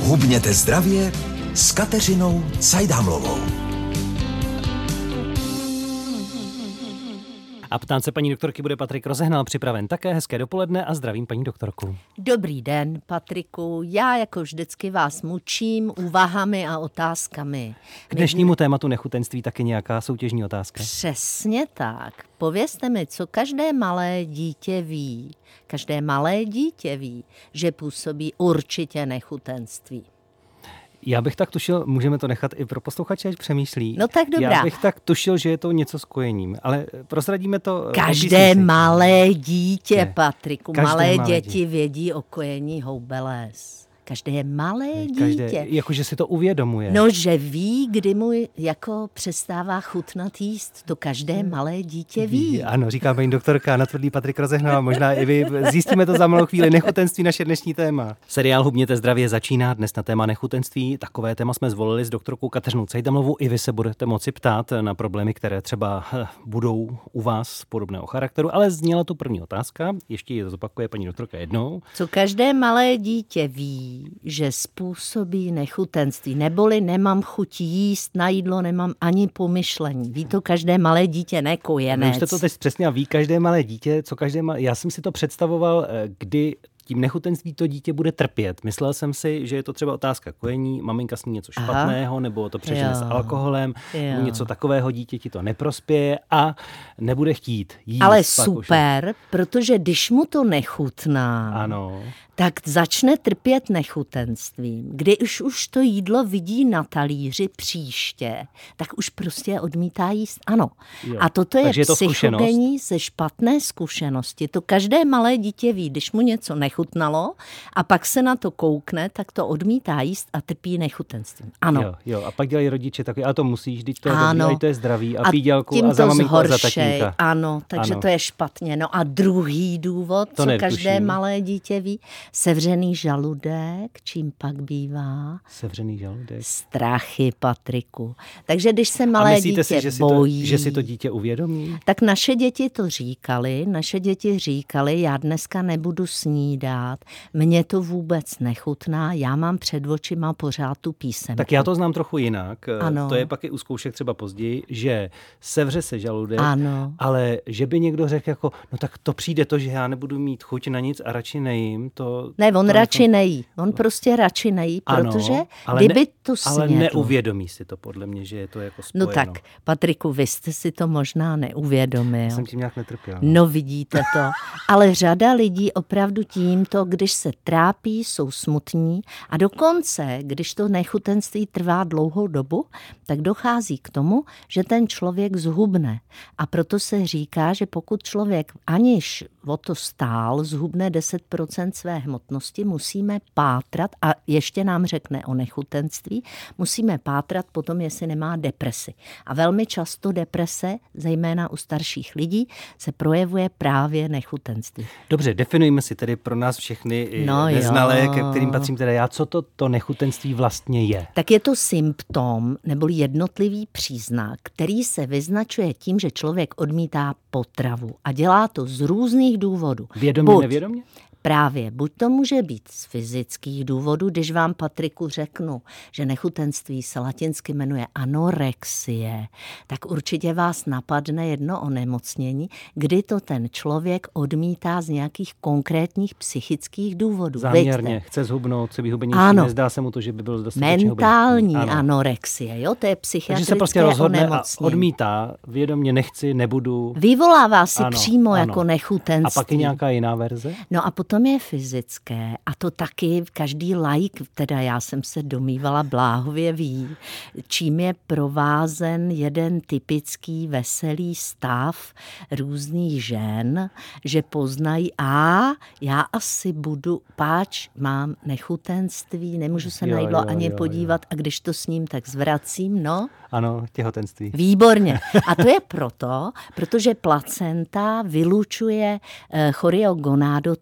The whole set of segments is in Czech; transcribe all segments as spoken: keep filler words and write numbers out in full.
Hubněte zdravě s Kateřinou Cajdámlovou. A ptát se paní doktorky bude Patrik Rozehnal připraven také. Hezké dopoledne a zdravím paní doktorku. Dobrý den, Patriku. Já jako vždycky vás mučím úvahami a otázkami. K dnešnímu tématu nechutenství taky nějaká soutěžní otázka. Přesně tak. Povězte mi, co každé malé dítě ví. Každé malé dítě ví, že působí určitě nechutenství. Já bych tak tušil, můžeme to nechat i pro posluchače, ať přemýšlí. No tak dobrá. Já bych tak tušil, že je to něco s kojením, ale prozradíme to. Každé malé dítě, ne. Patriku, Každé malé, malé děti dítě. vědí o kojení houbeles. Každé malé Každé, dítě. jakože si to uvědomuje. No, že ví, kdy mu jako přestává chutnat jíst. To každé malé dítě ví. Ano, říká paní doktorka, natvrdlý Patrik Rozehnal. Možná i vy zjistíme to za malou chvíli. Nechutenství, naše dnešní téma. Seriál Hubněte zdravě začíná dnes na téma nechutenství. Takové téma jsme zvolili s doktorkou Kateřinou Cajdámlovou. I vy se budete moci ptát na problémy, které třeba budou u vás podobného charakteru. Ale zněla tu první otázka. Ještě ji zopakuje paní doktorka jednou. Co každé malé dítě ví, že způsobí nechutenství, neboli nemám chuť jíst, na jídlo nemám ani pomyšlení. Ví to každé malé dítě, ne kojenec. No, už jste to teď přesně ví každé malé dítě, co každé malé... Já jsem si to představoval, kdy tím nechutenství to dítě bude trpět. Myslel jsem si, že je to třeba otázka kojení, maminka sní něco špatného, Aha. nebo to přežene s alkoholem, nebo něco takového, dítěti to neprospěje a nebude chtít jíst. Ale super, už... protože když mu to nechutná, ano. tak začne trpět nechutenstvím. Když už to jídlo vidí na talíři příště, tak už prostě odmítá jíst. Ano. Jo. A toto je, je psychogenní ze špatné zkušenosti. To každé malé dítě ví, když mu něco nechutnalo a pak se na to koukne, tak to odmítá jíst a trpí nechutenstvím. Ano. Jo, jo. A pak dělají rodiče takový, a to musíš, teď to je ano. dobrý, to je zdraví a pídělku a, a za maminku a za tatínka. Ano, takže ano. To je špatně. No a druhý důvod, to co netuším. Každé malé dítě ví, sevřený žaludek, čím pak bývá? Sevřený žaludek. Strachy, Patriku. Takže když se malé dítě si, že bojí... To, že si to dítě uvědomí? Tak naše děti to říkali, naše děti říkali, já dneska nebudu snídat, mně to vůbec nechutná, já mám před očima pořád tu písemku. Tak já to znám trochu jinak. Ano. To je pak i u zkoušek třeba později, že sevře se žaludek, ano. ale že by někdo řekl jako, no tak to přijde to, že já nebudu mít chuť na nic a radši nejím, to... Ne, on to radši to... nejí. On prostě radši nejí, ano, protože ale kdyby ne, to snědl... Ale neuvědomí si to podle mě, že je to jako spojeno. No tak, Patriku, vy jste si to možná neuvědomil. Já jsem tím nějak netrpěl. No vidíte to. Ale řada lidí opravdu tímto, když se trápí, jsou smutní a dokonce, když to nechutenství trvá dlouhou dobu, tak dochází k tomu, že ten člověk zhubne. A proto se říká, že pokud člověk aniž o to stál, zhubne deset procent své hmotnosti, musíme pátrat, a ještě nám řekne o nechutenství, musíme pátrat potom, jestli nemá depresi. A velmi často deprese, zejména u starších lidí, se projevuje právě nechutenství. Dobře, definujme si tedy pro nás všechny no neznalé, ke kterým patřím teda já, co to, to nechutenství vlastně je. Tak je to symptom neboli jednotlivý příznak, který se vyznačuje tím, že člověk odmítá potravu a dělá to z různých důvodů. Vědomě, Buď, nevědomě? Právě, buď to může být z fyzických důvodů, když vám, Patriku, řeknu, že nechutenství se latinsky jmenuje anorexie, tak určitě vás napadne jedno onemocnění, kdy to ten člověk odmítá z nějakých konkrétních psychických důvodů. Záměrně, Víte? chce zhubnout, chce být hubenější, ano. Nezdá se mu to, že by byl dostatečně Mentální anorexie, jo, to je psychiatrické Takže se prostě rozhodne a odmítá, vědomě nechci, nebudu. Vyvolává si ano, přímo ano. jako nechutenství. A pak je nějaká jiná verze? No a potom je fyzické a to taky každý laik, teda já jsem se domývala, bláhově ví, čím je provázen jeden typický veselý stav různých žen, že poznají, a já asi budu, páč, mám nechutenství, nemůžu se jo, na jídlo jo, ani jo, podívat jo. A když to s ním, tak zvracím, no. Ano, těhotenství. Výborně. A to je proto, protože placenta vylučuje choriogonádotropy,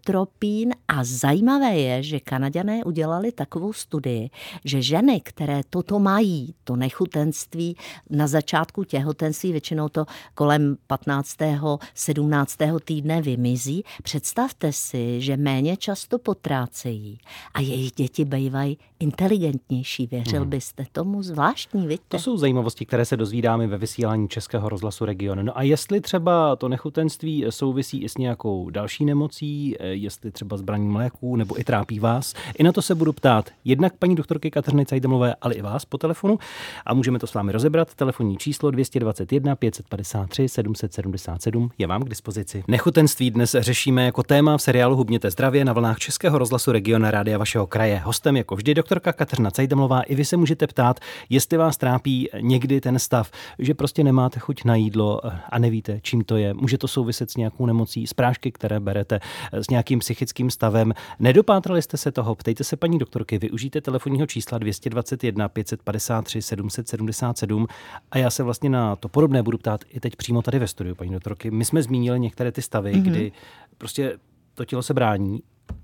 atropín a zajímavé je, že Kanaďané udělali takovou studii, že ženy, které toto mají, to nechutenství na začátku těhotenství, většinou to kolem patnáctého sedmnáctého týdne vymizí, představte si, že méně často potrácejí a jejich děti bývají inteligentnější. Věřil hmm. byste tomu? Zvláštní, vidíte? To jsou zajímavosti, které se dozvídáme ve vysílání Českého rozhlasu Region. No a jestli třeba to nechutenství souvisí i s nějakou další nemocí, jestli třeba s braním léků, nebo i trápí vás, i na to se budu ptát jednak paní doktorky Kateřiny Cajdamlové, ale i vás po telefonu a můžeme to s vámi rozebrat. Telefonní číslo dvě stě dvacet jedna pět set padesát tři sedm set sedmdesát sedm je vám k dispozici. Nechutenství dnes řešíme jako téma v seriálu Hubněte zdravě na vlnách Českého rozhlasu Region rádia vašeho kraje. Hostem jako vždy doktorka Kateřina Cajdamlová. I vy se můžete ptát, jestli vás trápí někdy ten stav, že prostě nemáte chuť na jídlo a nevíte, čím to je. Může to souviset s nějakou nemocí, s prášky, které berete, s nějakým psychickým stavem. Nedopátrali jste se toho? Ptejte se paní doktorky, využijte telefonního čísla dvě stě dvacet jedna pět set padesát tři sedm set sedmdesát sedm a já se vlastně na to podobné budu ptát i teď přímo tady ve studiu, paní doktorky. My jsme zmínili některé ty stavy, mm-hmm. kdy prostě to tělo se brání,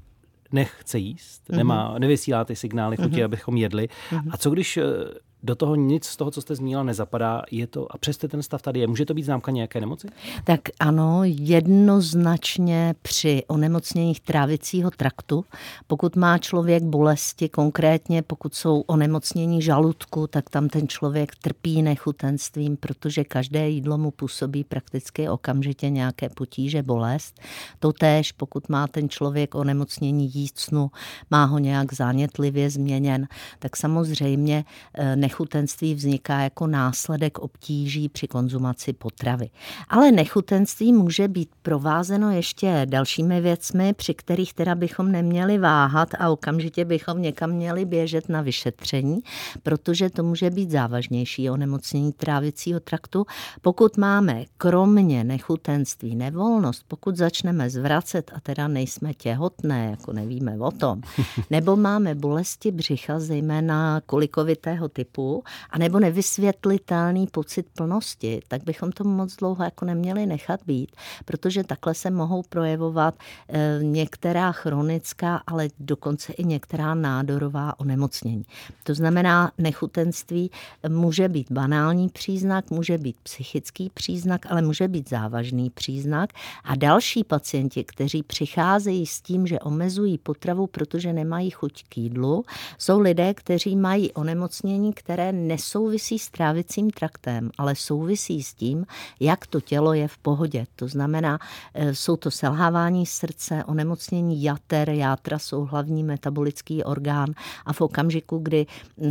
nechce jíst, mm-hmm. nemá, nevysílá ty signály chuti, mm-hmm. abychom jedli. Mm-hmm. A co když do toho nic z toho, co jste zmínila, nezapadá, je to a přesto ten stav tady je. Může to být známka nějaké nemoci? Tak ano, jednoznačně při onemocněních trávicího traktu, pokud má člověk bolesti, konkrétně pokud jsou onemocnění žaludku, tak tam ten člověk trpí nechutenstvím, protože každé jídlo mu působí prakticky okamžitě nějaké potíže, bolest. Totéž, pokud má ten člověk onemocnění jícnu, má ho nějak zánětlivě změněn, tak samozřejmě nechutenství vzniká jako následek obtíží při konzumaci potravy. Ale nechutenství může být provázeno ještě dalšími věcmi, při kterých teda bychom neměli váhat a okamžitě bychom někam měli běžet na vyšetření, protože to může být závažnější onemocnění trávicího traktu. Pokud máme kromě nechutenství nevolnost, pokud začneme zvracet a teda nejsme těhotné, jako nevíme o tom, nebo máme bolesti břicha, zejména kolikovitého typu, anebo nevysvětlitelný pocit plnosti, tak bychom to moc dlouho jako neměli nechat být, protože takhle se mohou projevovat e, některá chronická, ale dokonce i některá nádorová onemocnění. To znamená, nechutenství může být banální příznak, může být psychický příznak, ale může být závažný příznak. A další pacienti, kteří přicházejí s tím, že omezují potravu, protože nemají chuť k jídlu, jsou lidé, kteří mají onemocnění, které nesouvisí s trávicím traktem, ale souvisí s tím, jak to tělo je v pohodě. To znamená, jsou to selhávání srdce, onemocnění jater, játra jsou hlavní metabolický orgán a v okamžiku, kdy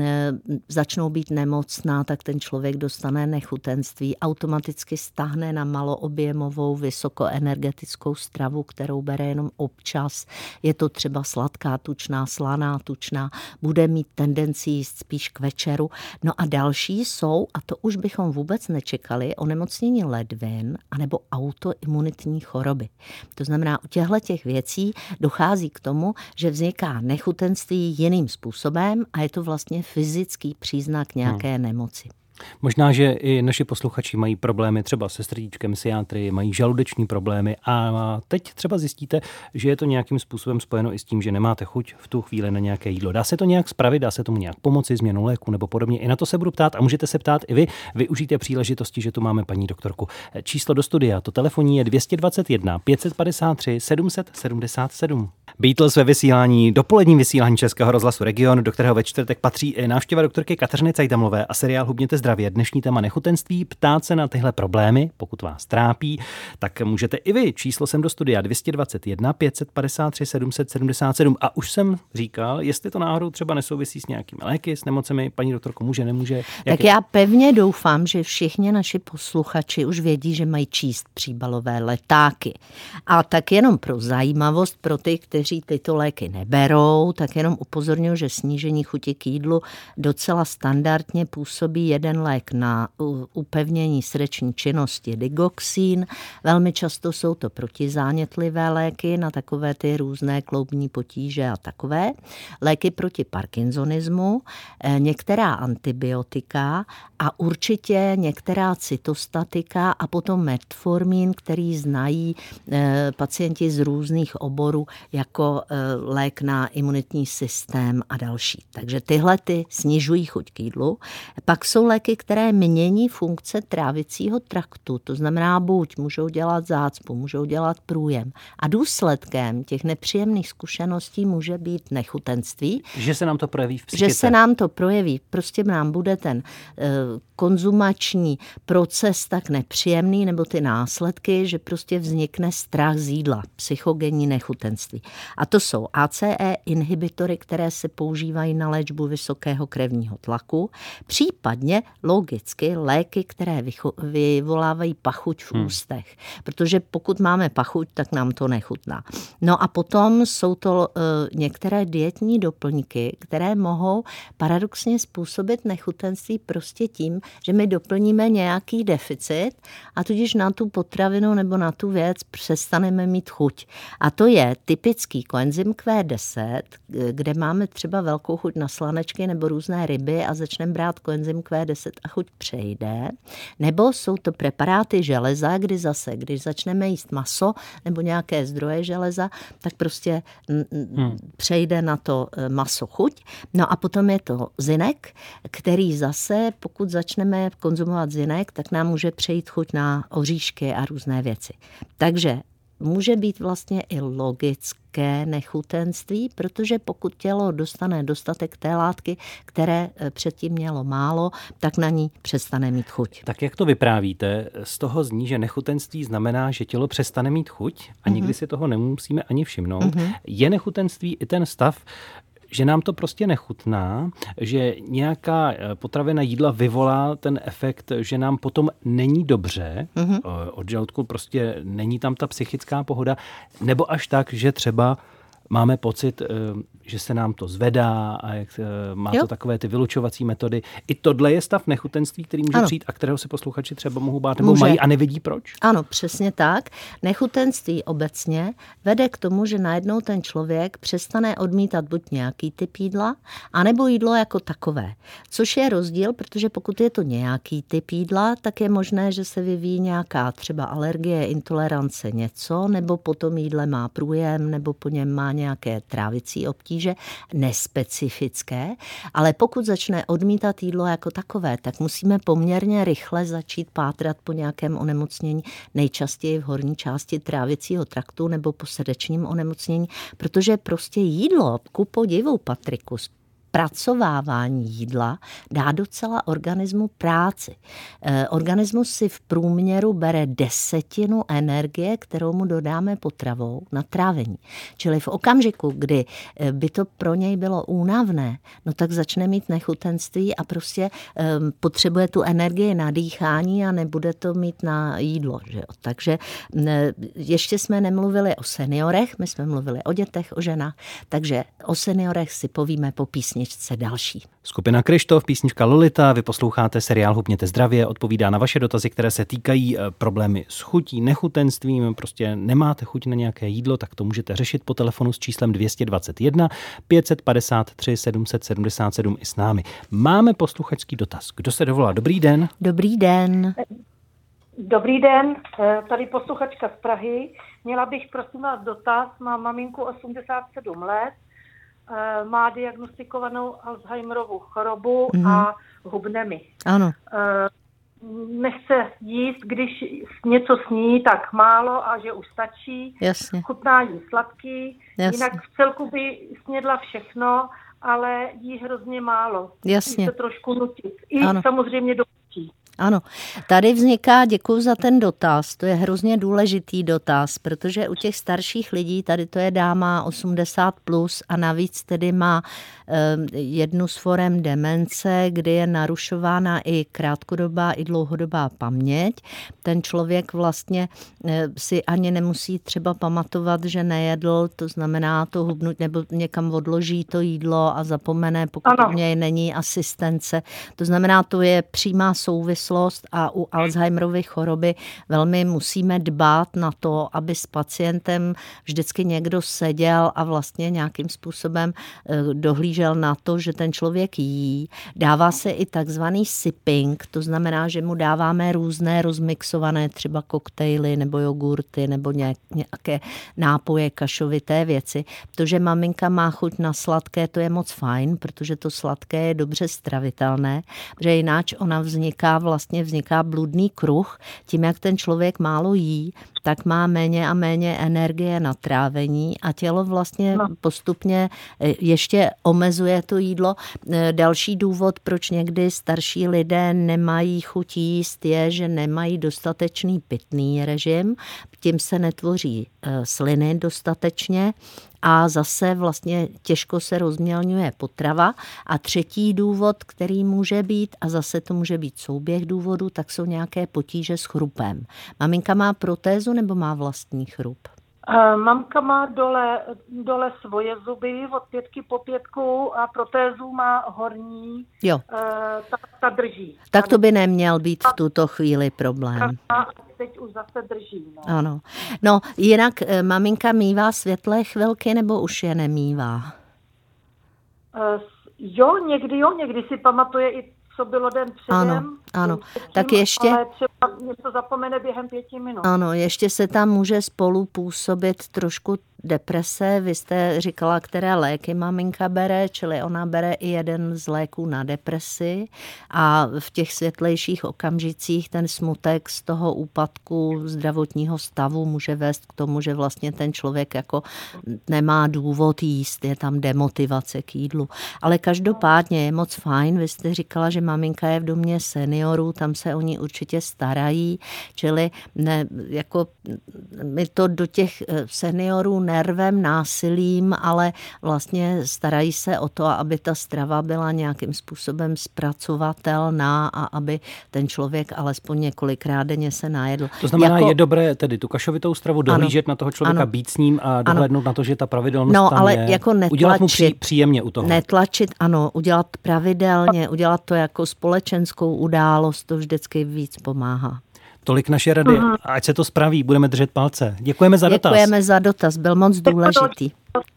začnou být nemocná, tak ten člověk dostane nechutenství, automaticky stáhne na maloobjemovou, vysokoenergetickou stravu, kterou bere jenom občas. Je to třeba sladká tučná, slaná tučná, bude mít tendenci jíst spíš k večeru. No a další jsou, a to už bychom vůbec nečekali, onemocnění ledvin anebo autoimunitní choroby. To znamená, u těchto těch věcí dochází k tomu, že vzniká nechutenství jiným způsobem a je to vlastně fyzický příznak nějaké hmm. nemoci. Možná, že i naši posluchači mají problémy třeba se srdíčkem, s játry, mají žaludeční problémy a teď třeba zjistíte, že je to nějakým způsobem spojeno i s tím, že nemáte chuť v tu chvíli na nějaké jídlo. Dá se to nějak spravit, dá se tomu nějak pomoci, změnou léku nebo podobně. I na to se budu ptát a můžete se ptát i vy. Využijte příležitosti, že tu máme paní doktorku. Číslo do studia, to telefonní je dvě stě dvacet jedna pět set padesát tři sedm set sedmdesát sedm. Beatles ve vysílání, dopoledním vysílání Českého rozhlasu Region, do kterého ve čtvrtek patří i návštěva doktorky Kateřiny Cajdamlové a seriál Hubněte zdravě. Dnešní téma nechutenství, ptát se na tyhle problémy, pokud vás trápí, tak můžete i vy. Číslo sem do studia dvě stě dvacet jedna pět set padesát tři sedm set sedmdesát sedm. A už jsem říkal, jestli to náhodou třeba nesouvisí s nějakými léky, s nemocemi, paní doktorko, může, nemůže. Tak je? Já pevně doufám, že všichni naši posluchači už vědí, že mají číst příbalové letáky. A tak jenom pro zajímavost, pro ty, kteří tyto léky neberou, tak jenom upozorňuji, že snížení chuti k jídlu docela standardně působí jeden ten lék na upevnění srdeční činnosti Digoxin. Velmi často jsou to protizánětlivé léky na takové ty různé kloubní potíže a takové. Léky proti parkinsonismu, některá antibiotika a určitě některá cytostatika a potom metformin, který znají pacienti z různých oborů jako lék na imunitní systém a další. Takže tyhle ty snižují chuť k jídlu. Pak jsou léky, které mění funkce trávicího traktu, to znamená buď můžou dělat zácpu, můžou dělat průjem. A důsledkem těch nepříjemných zkušeností může být nechutenství. Že se nám to projeví v psychice. Že se nám to projeví. Prostě nám bude ten e, konzumační proces tak nepříjemný, nebo ty následky, že prostě vznikne strach z jídla, psychogenní nechutenství. A to jsou A C E inhibitory, které se používají na léčbu vysokého krevního tlaku, případně logicky léky, které vyvolávají pachuť v ústech. Hmm. Protože pokud máme pachuť, tak nám to nechutná. No a potom jsou to uh, některé dietní doplňky, které mohou paradoxně způsobit nechutenství prostě tím, že my doplníme nějaký deficit a tudíž na tu potravinu nebo na tu věc přestaneme mít chuť. A to je typický koenzym Q deset, kde máme třeba velkou chuť na slanečky nebo různé ryby a začneme brát koenzym Q deset a chuť přejde. Nebo jsou to preparáty železa, kdy zase, když začneme jíst maso nebo nějaké zdroje železa, tak prostě hmm. přejde na to maso chuť. No a potom je to zinek, který zase, pokud začneme konzumovat zinek, tak nám může přejít chuť na oříšky a různé věci. Takže může být vlastně i logické nechutenství, protože pokud tělo dostane dostatek té látky, které předtím mělo málo, tak na ní přestane mít chuť. Tak jak to vyprávíte, z toho zní, že nechutenství znamená, že tělo přestane mít chuť a nikdy mm-hmm. si toho nemusíme ani všimnout. Mm-hmm. Je nechutenství i ten stav, že nám to prostě nechutná, že nějaká potravina jídla vyvolá ten efekt, že nám potom není dobře, mm-hmm. od žaludku prostě není tam ta psychická pohoda, nebo až tak, že třeba máme pocit, že se nám to zvedá a jak má jo. to takové ty vylučovací metody. I tohle je stav nechutenství, který může ano. přijít a kterého se posluchači třeba mohou bát nebo může. mají a nevidí proč? Ano, přesně tak. Nechutenství obecně vede k tomu, že najednou ten člověk přestane odmítat buď nějaký typ jídla, anebo jídlo jako takové. Což je rozdíl, protože pokud je to nějaký typ jídla, tak je možné, že se vyvíjí nějaká třeba alergie, intolerance, něco, nebo po tom jídle má průjem, nebo po něm má nějaké trávicí obtíže, nespecifické, ale pokud začne odmítat jídlo jako takové, tak musíme poměrně rychle začít pátrat po nějakém onemocnění, nejčastěji v horní části trávicího traktu nebo po srdečním onemocnění, protože prostě jídlo, ku podivu, Patriku, zpracovávání jídla dá docela organismu práci. E, organismus si v průměru bere desetinu energie, kterou mu dodáme potravou na trávení. Čili v okamžiku, kdy by to pro něj bylo únavné, no tak začne mít nechutenství a prostě e, potřebuje tu energii na dýchání a nebude to mít na jídlo. Že jo? Takže e, ještě jsme nemluvili o seniorech, my jsme mluvili o dětech, o ženách, takže o seniorech si povíme po písni další. Skupina Kryštof, písnička Lolita, vy posloucháte seriál Hubněte zdravě, odpovídá na vaše dotazy, které se týkají problémy s chutí, nechutenstvím, prostě nemáte chuť na nějaké jídlo, tak to můžete řešit po telefonu s číslem dvě stě dvacet jedna pět set padesát tři sedm set sedmdesát sedm i s námi. Máme posluchačský dotaz. Kdo se dovolá? Dobrý den. Dobrý den. Dobrý den, tady posluchačka z Prahy. Měla bych prosím vás dotaz, mám maminku osmdesát sedm let, má diagnostikovanou Alzheimerovu chorobu mm. a hubne mi. Ano. Nechce jíst, když něco sní, tak málo a že už stačí. Jasně. Chutná jí sladký, Jasně. jinak v celku by snědla všechno, ale jí hrozně málo. Jasně. Musí se trošku nutit. I ano. samozřejmě do chutí. Ano, tady vzniká, děkuji za ten dotaz, to je hrozně důležitý dotaz, protože u těch starších lidí, tady to je dáma osmdesát plus a navíc tedy má jednu z forem demence, kdy je narušována i krátkodobá, i dlouhodobá paměť. Ten člověk vlastně si ani nemusí třeba pamatovat, že nejedl, to znamená to hubnout, nebo někam odloží to jídlo a zapomene, pokud u něj není asistence. To znamená, to je přímá souvislost a u Alzheimerovy choroby velmi musíme dbát na to, aby s pacientem vždycky někdo seděl a vlastně nějakým způsobem dohlížel na to, že ten člověk jí. Dává se i takzvaný sipping, to znamená, že mu dáváme různé rozmixované třeba koktejly nebo jogurty nebo nějaké nápoje, kašovité věci. To, že maminka má chuť na sladké, to je moc fajn, protože to sladké je dobře stravitelné, protože jináč ona vzniká, vlastně vzniká bludný kruh. Tím, jak ten člověk málo jí, tak má méně a méně energie na trávení a tělo vlastně no. postupně ještě omezuje to jídlo. Další důvod, proč někdy starší lidé nemají chuť jíst, je, že nemají dostatečný pitný režim, tím se netvoří sliny dostatečně a zase vlastně těžko se rozmělňuje potrava. A třetí důvod, který může být, a zase to může být souběh důvodů, tak jsou nějaké potíže s chrupem. Maminka má protézu nebo má vlastní chrup? Mamka má dole, dole svoje zuby od pětky po pětku a protézu má horní, jo. Ta, ta drží. Tak to by neměl být v tuto chvíli problém. A teď už zase drží. No. Ano. No, jinak maminka mívá světlé chvilky nebo už je nemívá? Uh, jo, někdy jo, někdy si pamatuje i co bylo den předem. Ano, ano. Předtím, tak ještě... Ale třeba něco zapomene během pěti minut. Ano, ještě se tam může spolu působit trošku deprese. Vy jste říkala, které léky maminka bere, čili ona bere i jeden z léků na depresi a v těch světlejších okamžicích ten smutek z toho úpadku zdravotního stavu může vést k tomu, že vlastně ten člověk jako nemá důvod jíst, je tam demotivace k jídlu. Ale každopádně je moc fajn, vy jste říkala, že maminka je v domě seniorů, tam se o ní určitě starají, čili ne, jako my to do těch seniorů nervem, násilím, ale vlastně starají se o to, aby ta strava byla nějakým způsobem zpracovatelná a aby ten člověk alespoň několikrát denně se najedl. To znamená, jako... je dobré tedy tu kašovitou stravu dohlížet ano, na toho člověka, ano, být s ním a dohlédnout ano. na to, že ta pravidelnost no, tam ale je. Jako netlačit, udělat mu pří, příjemně u toho. Netlačit, ano, udělat pravidelně, udělat to jako společenskou událost, to vždycky víc pomáhá. Tolik naše rady. Uh-huh. Ať se to spraví, budeme držet palce. Děkujeme za dotaz. Děkujeme za dotaz, byl moc důležitý.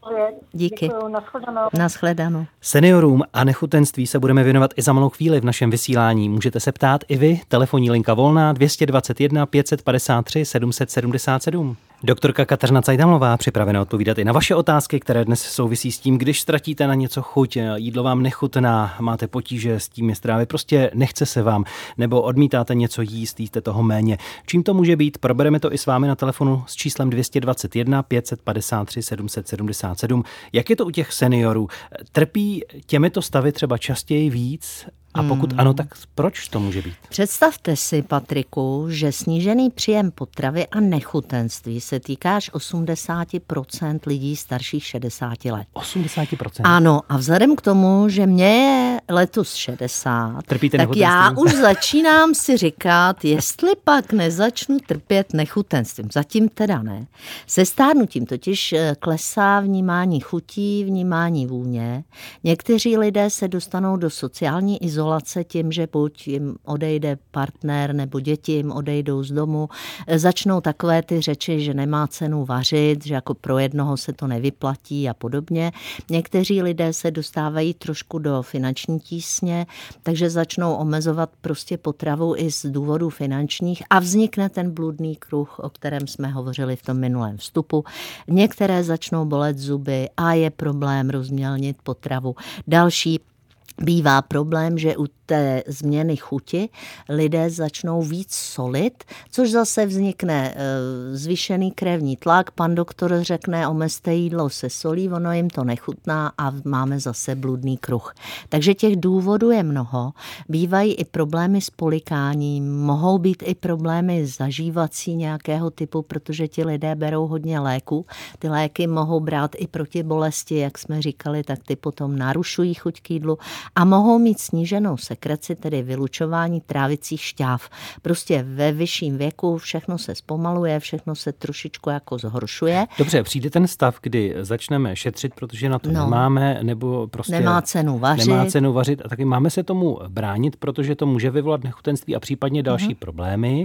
Díky. Děkuju, nashledanou. Nashledanou. Seniorům a nechutenství se budeme věnovat i za malou chvíli v našem vysílání. Můžete se ptát i vy. Telefonní linka volná dvě stě dvacet jedna pět set padesát tři sedm set sedmdesát sedm. Doktorka Kateřina Cajdamlová připravena odpovídat i na vaše otázky, které dnes souvisí s tím, když ztratíte na něco chuť, jídlo vám nechutná, máte potíže s tím je strávy, prostě nechce se vám, nebo odmítáte něco jíst, jíte toho méně. Čím to může být? Probereme to i s vámi na telefonu s číslem dvě stě dvacet jedna pět set padesát tři sedm set sedmdesát sedm. Jak je to u těch seniorů? Trpí těmito stavy třeba častěji víc? A pokud hmm. ano, tak proč to může být? Představte si, Patriku, že snížený příjem potravy a nechutenství se týká až osmdesát procent lidí starších šedesáti let. osmdesát procent? Ano, a vzhledem k tomu, že mě je letos šedesát, Trpíte tak já už začínám si říkat, jestli pak nezačnu trpět nechutenstvím. Zatím teda ne. Se stárnutím totiž klesá vnímání chutí, vnímání vůně. Někteří lidé se dostanou do sociální izolace tím, že buď jim odejde partner nebo děti jim odejdou z domu, začnou takové ty řeči, že nemá cenu vařit, že jako pro jednoho se to nevyplatí a podobně. Někteří lidé se dostávají trošku do finanční tísně, takže začnou omezovat prostě potravu i z důvodů finančních a vznikne ten bludný kruh, o kterém jsme hovořili v tom minulém vstupu. Některé začnou bolet zuby a je problém rozmělnit potravu. Další bývá problém, že u té změny chuti lidé začnou víc solit, což zase vznikne e, zvýšený krevní tlak. Pan doktor řekne, omezte jídlo se solí, ono jim to nechutná a máme zase bludný kruh. Takže těch důvodů je mnoho. Bývají i problémy s polikáním, mohou být i problémy zažívací nějakého typu, protože ti lidé berou hodně léků. Ty léky mohou brát i proti bolesti, jak jsme říkali, tak ty potom narušují chuť k jídlu a mohou mít sníženou sekreci, tedy vylučování trávicích šťáv. Prostě ve vyšším věku všechno se zpomaluje, všechno se trošičku jako zhoršuje. Dobře, přijde ten stav, kdy začneme šetřit, protože na to no, nemáme, nebo prostě nemá cenu vařit. Nemá cenu vařit a taky máme se tomu bránit, protože to může vyvolat nechutenství a případně další mm-hmm. problémy.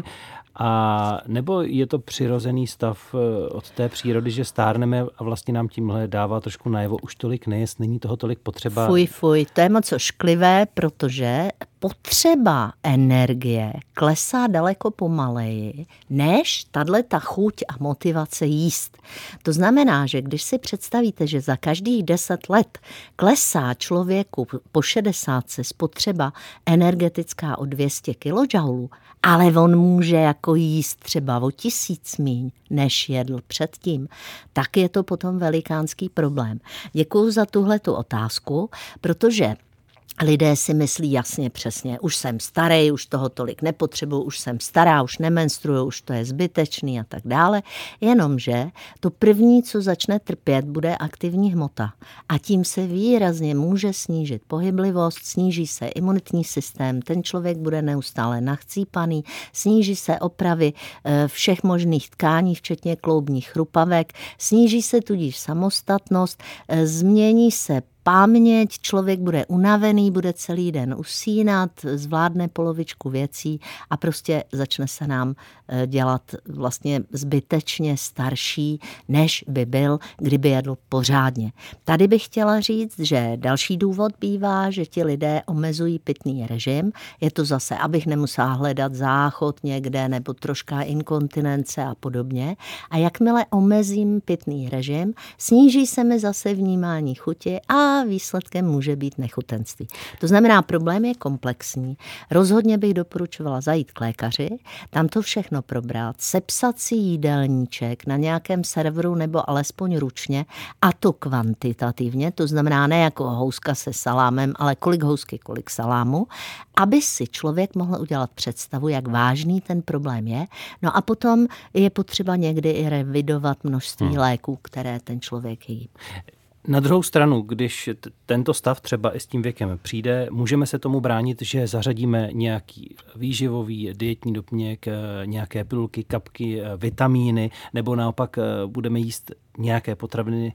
A nebo je to přirozený stav od té přírody, že stárneme a vlastně nám tímhle dává trošku najevo, už tolik nejest, není toho tolik potřeba. Fuj, fuj, to je moc ošklivé, protože potřeba energie klesá daleko pomaleji, než tato chuť a motivace jíst. To znamená, že když si představíte, že za každých deset let klesá člověku po šedesátce spotřeba energetická o dvě stě kilojoulů, ale on může jako jíst třeba o tisíc míň, než jedl předtím, tak je to potom velikánský problém. Děkuju za tuhletu otázku, protože lidé si myslí jasně přesně, už jsem starý, už toho tolik nepotřebuju, už jsem stará, už nemenstruju, už to je zbytečný a tak dále. Jenomže to první, co začne trpět, bude aktivní hmota. A tím se výrazně může snížit pohyblivost, sníží se imunitní systém, ten člověk bude neustále nachcípaný, sníží se opravy všech možných tkání, včetně kloubních chrupavek, sníží se tudíž samostatnost, změní se paměť, člověk bude unavený, bude celý den usínat, zvládne polovičku věcí a prostě začne se nám dělat vlastně zbytečně starší, než by byl, kdyby jedl pořádně. Tady bych chtěla říct, že další důvod bývá, že ti lidé omezují pitný režim. Je to zase, abych nemusela hledat záchod někde nebo troška inkontinence a podobně. A jakmile omezím pitný režim, sníží se mi zase vnímání chuti a výsledkem může být nechutenství. To znamená, problém je komplexní. Rozhodně bych doporučovala zajít k lékaři, tam to všechno probrat, sepsat si jídelníček na nějakém serveru nebo alespoň ručně, a to kvantitativně, to znamená ne jako houska se salámem, ale kolik housky, kolik salámu, aby si člověk mohl udělat představu, jak vážný ten problém je. No a potom je potřeba někdy i revidovat množství hmm. léků, které ten člověk jí. Na druhou stranu, když t- tento stav třeba i s tím věkem přijde, můžeme se tomu bránit, že zařadíme nějaký výživový dietní doplněk, nějaké pilulky, kapky, vitamíny, nebo naopak budeme jíst nějaké potraviny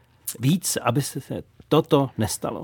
víc, aby se toto nestalo.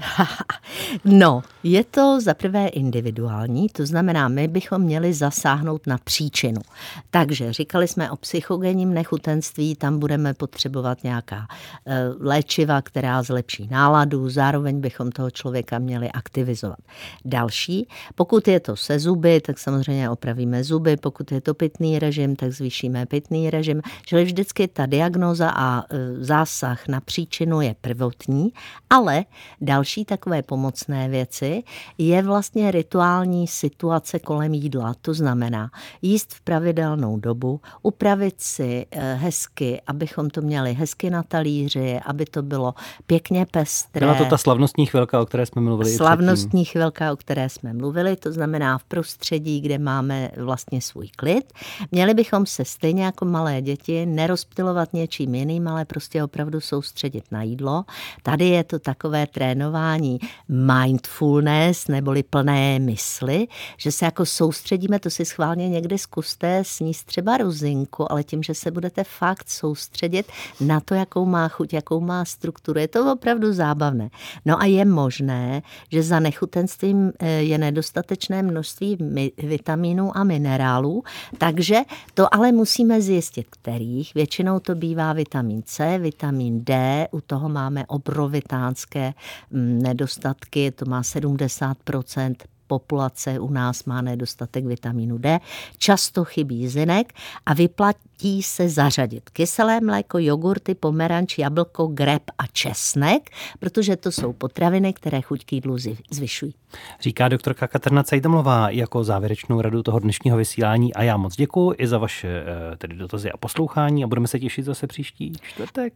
No, je to zaprvé individuální, to znamená, my bychom měli zasáhnout na příčinu. Takže říkali jsme o psychogenním nechutenství, tam budeme potřebovat nějaká e, léčiva, která zlepší náladu, zároveň bychom toho člověka měli aktivizovat. Další, pokud je to se zuby, tak samozřejmě opravíme zuby, pokud je to pitný režim, tak zvýšíme pitný režim, čili vždycky ta diagnóza a e, zásah na příčinu je prvotní, ale další takové pomocné věci je vlastně rituální situace kolem jídla. To znamená jíst v pravidelnou dobu, upravit si hezky, abychom to měli hezky na talíři, aby to bylo pěkně pestré. Byla to ta slavnostní chvilka, o které jsme mluvili. Slavnostní chvilka, o které jsme mluvili, to znamená v prostředí, kde máme vlastně svůj klid. Měli bychom se stejně jako malé děti nerozptylovat něčím jiným, ale prostě opravdu soustředit na jídlo. Tady je to takové trénování mindfulness neboli plné mysli, že se jako soustředíme, to si schválně někdy zkuste sníst třeba rozinku, ale tím, že se budete fakt soustředit na to, jakou má chuť, jakou má strukturu, je to opravdu zábavné. No a je možné, že za nechutenstvím je nedostatečné množství vitamínů a minerálů, takže to ale musíme zjistit, kterých. Většinou to bývá vitamin C, vitamin D, u toho máme obrovitánské nedostatky, to má sedmdesát procent, populace u nás má nedostatek vitamínu D, často chybí zinek a vyplatí se zařadit kyselé mléko, jogurty, pomeranč, jablko, greb a česnek, protože to jsou potraviny, které chuť k jídlu zvyšují. Říká doktorka Kateřina Cajtamlová jako závěrečnou radu toho dnešního vysílání a já moc děkuji i za vaše tedy dotazy a poslouchání a budeme se těšit zase příští čtvrtek.